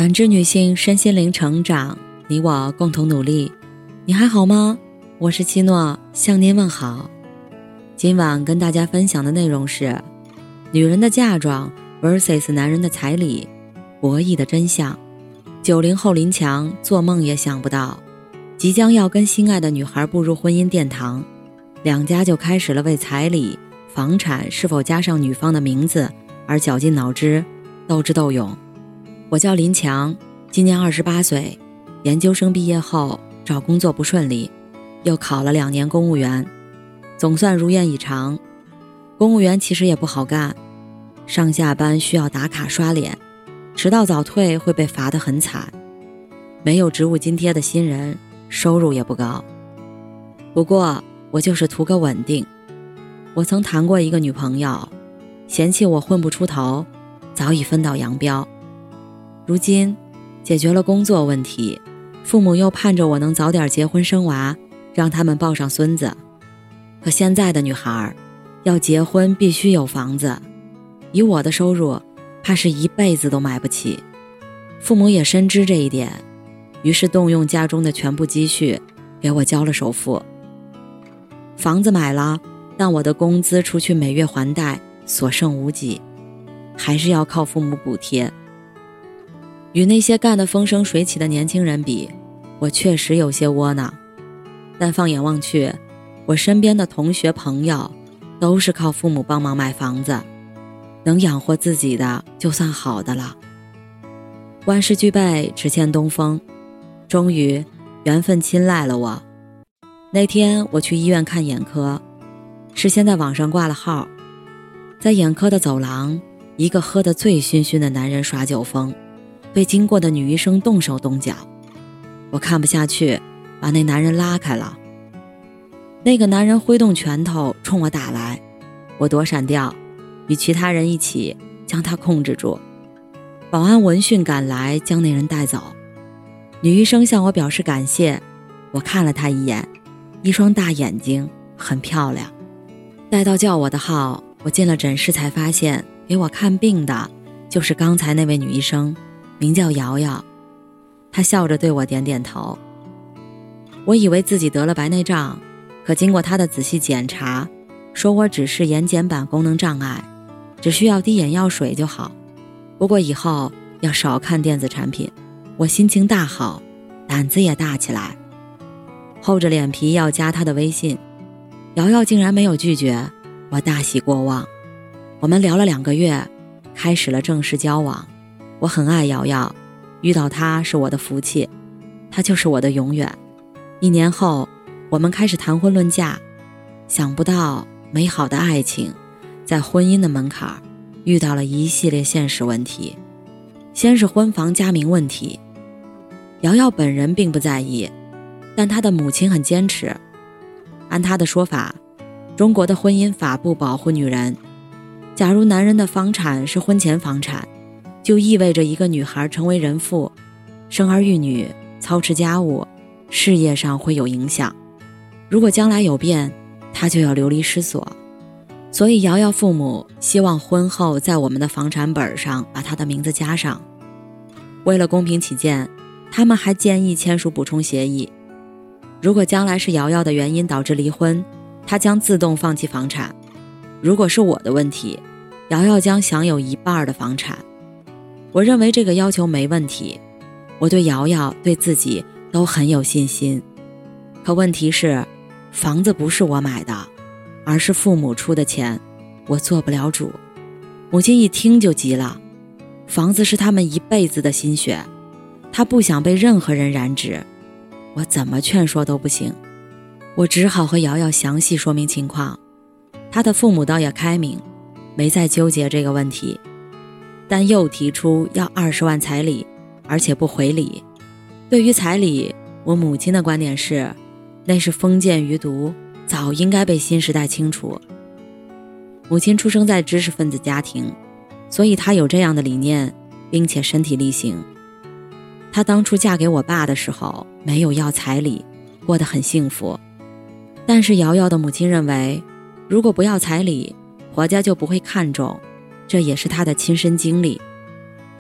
感知女性身心灵成长，你我共同努力。你还好吗？我是七诺，向您问好。今晚跟大家分享的内容是女人的嫁妆 vs 男人的彩礼，博弈的真相。90后林强做梦也想不到，即将要跟心爱的女孩步入婚姻殿堂，两家就开始了为彩礼、房产是否加上女方的名字而绞尽脑汁，斗智斗勇。我叫林强，今年28岁，研究生毕业后找工作不顺利，又考了2年公务员，总算如愿以偿。公务员其实也不好干，上下班需要打卡刷脸，迟到早退会被罚得很惨，没有职务津贴的新人，收入也不高。不过我就是图个稳定。我曾谈过一个女朋友，嫌弃我混不出头，早已分道扬镳。如今解决了工作问题，父母又盼着我能早点结婚生娃，让他们抱上孙子。可现在的女孩要结婚必须有房子，以我的收入怕是一辈子都买不起。父母也深知这一点，于是动用家中的全部积蓄给我交了首付。房子买了，但我的工资除去每月还贷所剩无几，还是要靠父母补贴。与那些干得风生水起的年轻人比，我确实有些窝囊。但放眼望去，我身边的同学朋友都是靠父母帮忙买房子，能养活自己的就算好的了。万事俱备，只欠东风。终于缘分青睐了我。那天我去医院看眼科，事先在网上挂了号。在眼科的走廊，一个喝得醉醺醺的男人耍酒疯，对经过的女医生动手动脚。我看不下去，把那男人拉开了。那个男人挥动拳头冲我打来，我躲闪掉，与其他人一起将他控制住。保安闻讯赶来，将那人带走。女医生向我表示感谢，我看了她一眼，一双大眼睛，很漂亮。待到叫我的号，我进了诊室才发现，给我看病的就是刚才那位女医生，名叫瑶瑶。她笑着对我点点头。我以为自己得了白内障，可经过她的仔细检查，说我只是眼睑板功能障碍，只需要滴眼药水就好。不过以后要少看电子产品。我心情大好，胆子也大起来，厚着脸皮要加她的微信。瑶瑶竟然没有拒绝，我大喜过望。我们聊了2个月，开始了正式交往。我很爱瑶瑶，遇到她是我的福气，她就是我的永远。1年后，我们开始谈婚论嫁。想不到美好的爱情在婚姻的门槛遇到了一系列现实问题。先是婚房加名问题，瑶瑶本人并不在意，但她的母亲很坚持。按她的说法，中国的婚姻法不保护女人，假如男人的房产是婚前房产，就意味着一个女孩成为人妇，生儿育女，操持家务，事业上会有影响。如果将来有变，她就要流离失所。所以瑶瑶父母希望婚后在我们的房产本上把她的名字加上。为了公平起见，他们还建议签署补充协议。如果将来是瑶瑶的原因导致离婚，她将自动放弃房产。如果是我的问题，瑶瑶将享有1半的房产。我认为这个要求没问题，我对瑶瑶对自己都很有信心。可问题是，房子不是我买的，而是父母出的钱，我做不了主。母亲一听就急了，房子是他们一辈子的心血，她不想被任何人染指，我怎么劝说都不行。我只好和瑶瑶详细说明情况，她的父母倒也开明，没再纠结这个问题，但又提出要20万彩礼，而且不回礼。对于彩礼，我母亲的观点是，那是封建余毒，早应该被新时代清除。母亲出生在知识分子家庭，所以她有这样的理念，并且身体力行。她当初嫁给我爸的时候，没有要彩礼，过得很幸福。但是瑶瑶的母亲认为，如果不要彩礼，婆家就不会看重，这也是她的亲身经历。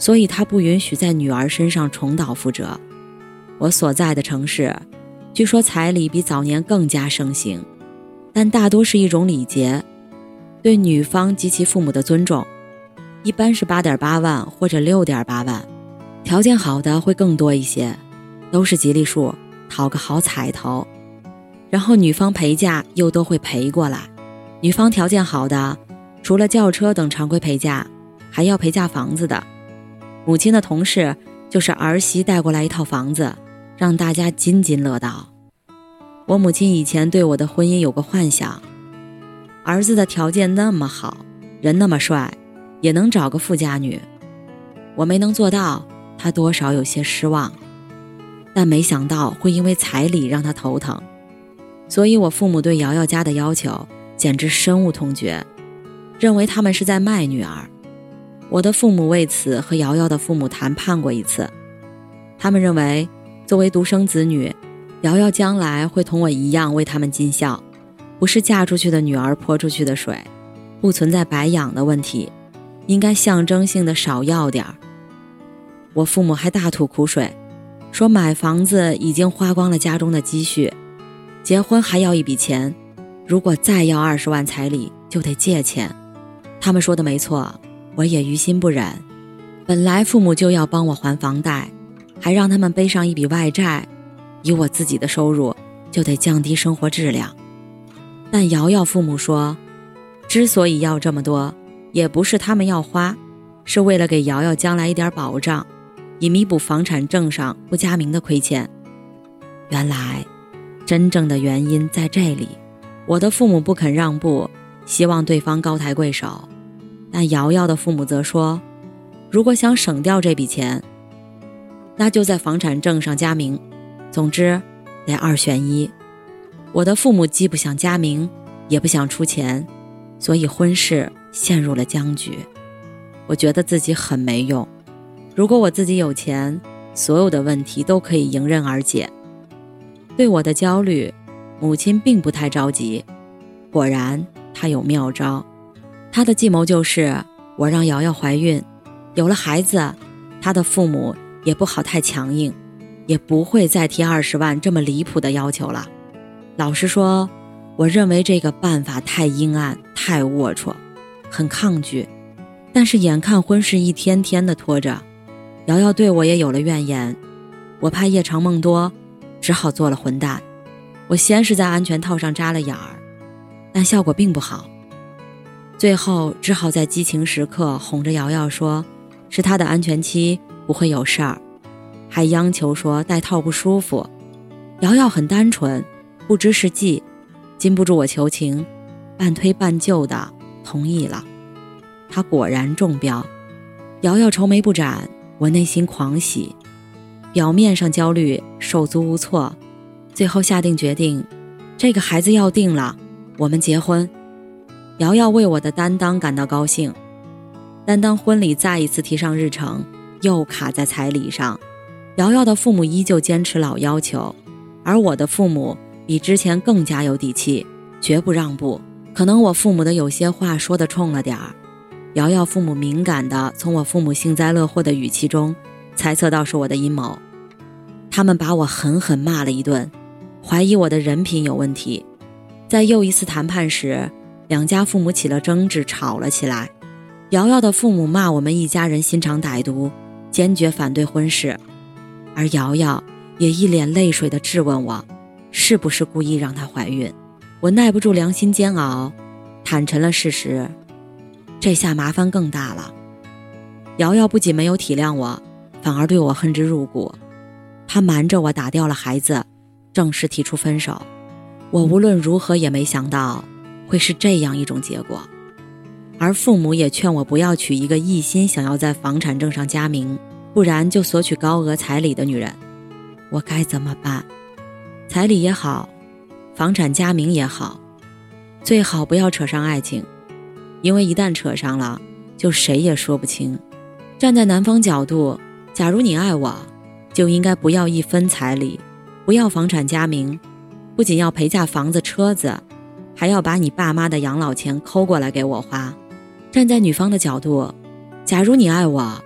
所以他不允许在女儿身上重蹈覆辙。我所在的城市，据说彩礼比早年更加盛行，但大多是一种礼节，对女方及其父母的尊重，一般是 8.8 万或者 6.8 万，条件好的会更多一些，都是吉利数，讨个好彩头。然后女方陪嫁又都会陪过来，女方条件好的，除了轿车等常规陪嫁，还要陪嫁房子的。母亲的同事就是儿媳带过来一套房子，让大家津津乐道。我母亲以前对我的婚姻有个幻想，儿子的条件那么好，人那么帅，也能找个富家女。我没能做到，她多少有些失望，但没想到会因为彩礼让她头疼。所以我父母对瑶瑶家的要求简直深恶痛绝，认为他们是在卖女儿。我的父母为此和瑶瑶的父母谈判过一次，他们认为作为独生子女，瑶瑶将来会同我一样为他们尽孝，不是嫁出去的女儿泼出去的水，不存在白养的问题，应该象征性的少要点儿。我父母还大吐苦水，说买房子已经花光了家中的积蓄，结婚还要一笔钱，如果再要20万彩礼就得借钱。他们说的没错，我也于心不忍。本来父母就要帮我还房贷，还让他们背上一笔外债，以我自己的收入就得降低生活质量。但瑶瑶父母说，之所以要这么多，也不是他们要花，是为了给瑶瑶将来一点保障，以弥补房产证上不加名的亏欠。原来真正的原因在这里，我的父母不肯让步，希望对方高抬贵手，但瑶瑶的父母则说，如果想省掉这笔钱，那就在房产证上加名，总之得2选1。我的父母既不想加名，也不想出钱，所以婚事陷入了僵局。我觉得自己很没用，如果我自己有钱，所有的问题都可以迎刃而解。对我的焦虑，母亲并不太着急，果然她有妙招。她的计谋就是我让瑶瑶怀孕，有了孩子，她的父母也不好太强硬，也不会再提20万这么离谱的要求了。老实说，我认为这个办法太阴暗，太龌龊，很抗拒。但是眼看婚事一天天的拖着，瑶瑶对我也有了怨言，我怕夜长梦多，只好做了混蛋。我先是在安全套上扎了眼儿，但效果并不好，最后只好在激情时刻哄着瑶瑶说是她的安全期，不会有事儿，还央求说戴套不舒服。瑶瑶很单纯，不知是计，禁不住我求情，半推半就的同意了。她果然中标，瑶瑶愁眉不展，我内心狂喜，表面上焦虑，手足无措，最后下定决定，这个孩子要定了，我们结婚。瑶瑶为我的担当感到高兴，但当婚礼再一次提上日程，又卡在彩礼上。瑶瑶的父母依旧坚持老要求，而我的父母比之前更加有底气，绝不让步。可能我父母的有些话说得冲了点儿，瑶瑶父母敏感地从我父母幸灾乐祸的语气中猜测到是我的阴谋。他们把我狠狠骂了一顿，怀疑我的人品有问题。在又一次谈判时，两家父母起了争执，吵了起来。瑶瑶的父母骂我们一家人心肠歹毒，坚决反对婚事，而瑶瑶也一脸泪水地质问我是不是故意让她怀孕。我耐不住良心煎熬，坦陈了事实。这下麻烦更大了，瑶瑶不仅没有体谅我，反而对我恨之入骨。她瞒着我打掉了孩子，正式提出分手。我无论如何也没想到会是这样一种结果，而父母也劝我不要娶一个一心想要在房产证上加名，不然就索取高额彩礼的女人。我该怎么办？彩礼也好，房产加名也好，最好不要扯上爱情，因为一旦扯上了，就谁也说不清。站在男方角度，假如你爱我，就应该不要1分彩礼，不要房产加名，不仅要陪嫁房子车子，还要把你爸妈的养老钱抠过来给我花。站在女方的角度，假如你爱我，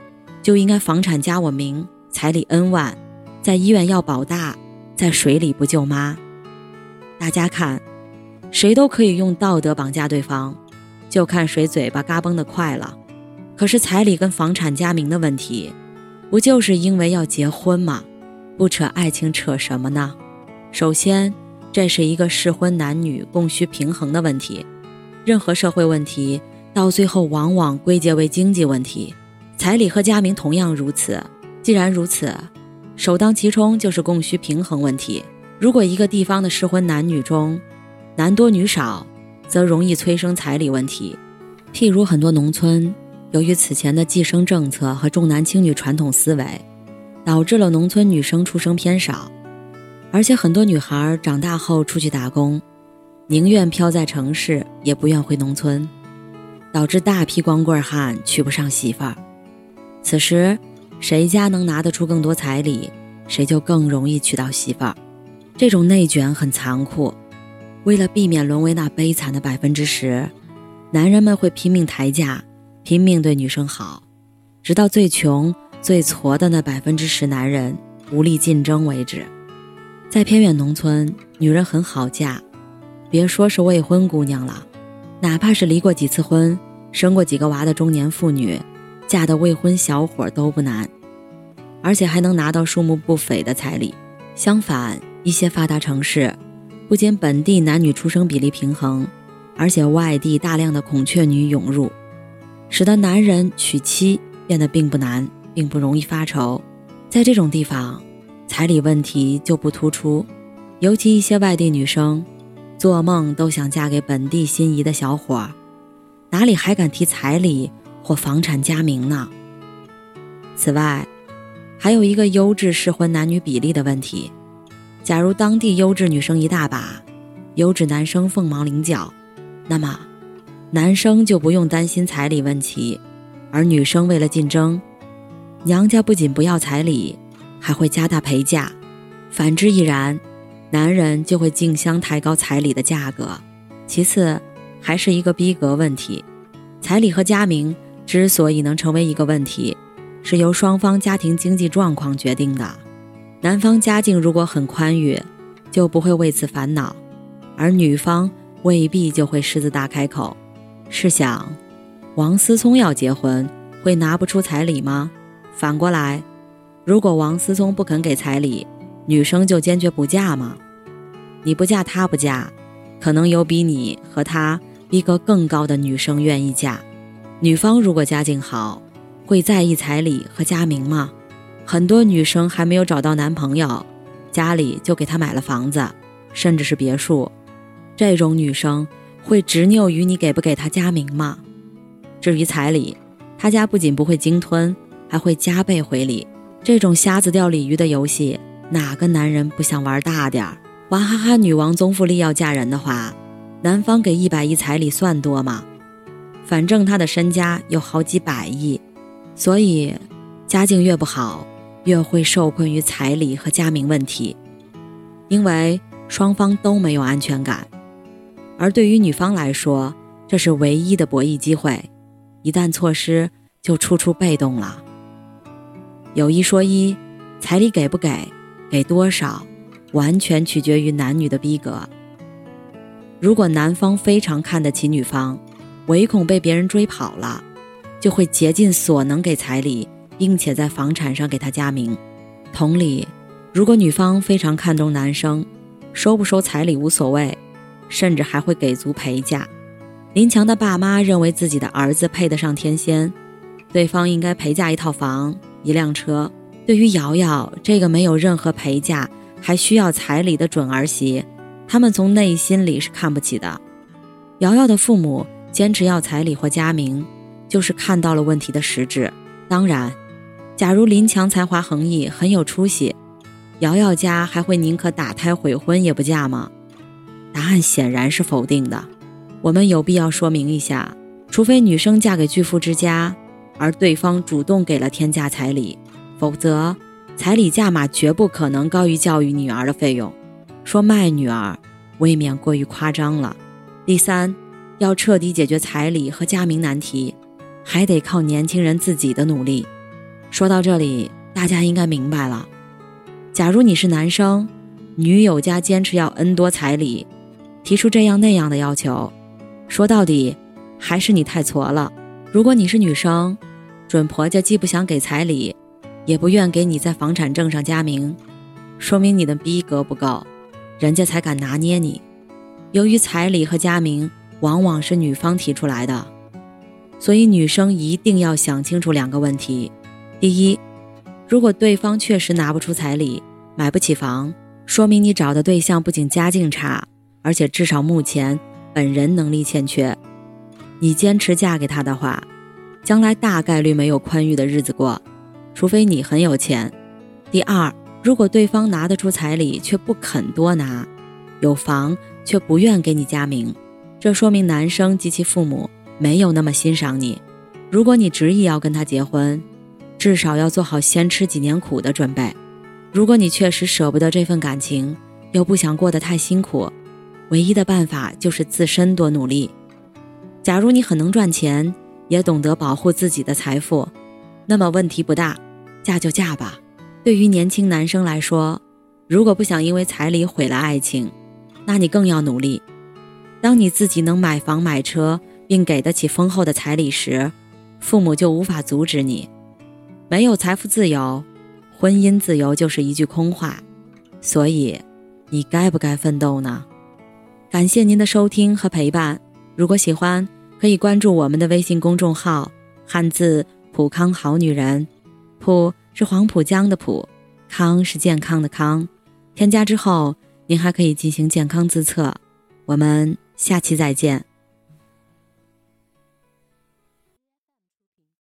就应该房产加我名，彩礼 N 万，在医院要保大，在水里不救妈。大家看，谁都可以用道德绑架对方，就看谁嘴巴嘎嘣得快了。可是彩礼跟房产加名的问题，不就是因为要结婚吗？不扯爱情扯什么呢？首先，这是一个适婚男女供需平衡的问题。任何社会问题到最后往往归结为经济问题，彩礼和加名同样如此。既然如此，首当其冲就是供需平衡问题。如果一个地方的适婚男女中男多女少，则容易催生彩礼问题。譬如很多农村，由于此前的计生政策和重男轻女传统思维，导致了农村女生出生偏少，而且很多女孩长大后出去打工，宁愿飘在城市也不愿回农村，导致大批光棍汉娶不上媳妇儿。此时谁家能拿得出更多彩礼，谁就更容易娶到媳妇儿。这种内卷很残酷，为了避免沦为那悲惨的10%，男人们会拼命抬价，拼命对女生好，直到最穷最矬的那10%男人无力竞争为止。在偏远农村，女人很好嫁，别说是未婚姑娘了，哪怕是离过几次婚，生过几个娃的中年妇女，嫁的未婚小伙都不难，而且还能拿到数目不菲的彩礼。相反，一些发达城市不仅本地男女出生比例平衡，而且外地大量的孔雀女涌入，使得男人娶妻变得并不难，并不容易发愁。在这种地方，彩礼问题就不突出，尤其一些外地女生做梦都想嫁给本地心仪的小伙，哪里还敢提彩礼或房产加名呢？此外，还有一个优质适婚男女比例的问题。假如当地优质女生一大把，优质男生凤毛麟角，那么男生就不用担心彩礼问题，而女生为了竞争，娘家不仅不要彩礼，还会加大陪嫁。反之亦然，男人就会竞相抬高彩礼的价格。其次，还是一个逼格问题。彩礼和加名之所以能成为一个问题，是由双方家庭经济状况决定的。男方家境如果很宽裕，就不会为此烦恼，而女方未必就会狮子大开口。试想，王思聪要结婚，会拿不出彩礼吗？反过来，如果王思聪不肯给彩礼，女生就坚决不嫁吗？你不嫁他不嫁，可能有比你和他逼格更高的女生愿意嫁。女方如果家境好，会在意彩礼和加名吗？很多女生还没有找到男朋友，家里就给她买了房子，甚至是别墅。这种女生会执拗于你给不给她加名吗？至于彩礼，她家不仅不会鲸吞，还会加倍回礼。这种瞎子钓鲤鱼的游戏，哪个男人不想玩大点儿？娃哈哈女王宗馥莉要嫁人的话，男方给100亿彩礼算多吗？反正她的身家有好几百亿，所以家境越不好，越会受困于彩礼和加名问题，因为双方都没有安全感。而对于女方来说，这是唯一的博弈机会，一旦错失，就处处被动了。有一说一，彩礼给不给，给多少，完全取决于男女的逼格。如果男方非常看得起女方，唯恐被别人追跑了，就会竭尽所能给彩礼，并且在房产上给他加名。同理，如果女方非常看重男生，收不收彩礼无所谓，甚至还会给足陪嫁。林强的爸妈认为自己的儿子配得上天仙，对方应该陪嫁1套房1辆车。对于瑶瑶这个没有任何陪嫁还需要彩礼的准儿媳，他们从内心里是看不起的。瑶瑶的父母坚持要彩礼或加名，就是看到了问题的实质。当然，假如林强才华横溢，很有出息，瑶瑶家还会宁可打胎悔婚也不嫁吗？答案显然是否定的。我们有必要说明一下，除非女生嫁给巨富之家，而对方主动给了天价彩礼，否则彩礼价码绝不可能高于教育女儿的费用。说卖女儿未免过于夸张了。第三，要彻底解决彩礼和加名难题，还得靠年轻人自己的努力。 说到这里，大家应该明白了。假如你是男生，女友家坚持要 N 多彩礼，提出这样那样的要求，说到底还是你太挫了。如果你是女生，准婆家既不想给彩礼，也不愿给你在房产证上加名，说明你的逼格不够，人家才敢拿捏你。由于彩礼和加名往往是女方提出来的，所以女生一定要想清楚2个问题。第一，如果对方确实拿不出彩礼，买不起房，说明你找的对象不仅家境差，而且至少目前本人能力欠缺。你坚持嫁给他的话，将来大概率没有宽裕的日子过，除非你很有钱。第二，如果对方拿得出彩礼却不肯多拿，有房却不愿给你加名，这说明男生及其父母没有那么欣赏你。如果你执意要跟他结婚，至少要做好先吃几年苦的准备。如果你确实舍不得这份感情，又不想过得太辛苦，唯一的办法就是自身多努力。假如你很能赚钱，也懂得保护自己的财富，那么问题不大，嫁就嫁吧。对于年轻男生来说，如果不想因为彩礼毁了爱情，那你更要努力。当你自己能买房买车，并给得起丰厚的彩礼时，父母就无法阻止你。没有财富自由，婚姻自由就是一句空话。所以，你该不该奋斗呢？感谢您的收听和陪伴。如果喜欢，可以关注我们的微信公众号汉字普康好女人，普是黄浦江的浦，康是健康的康。添加之后，您还可以进行健康自测。我们下期再见。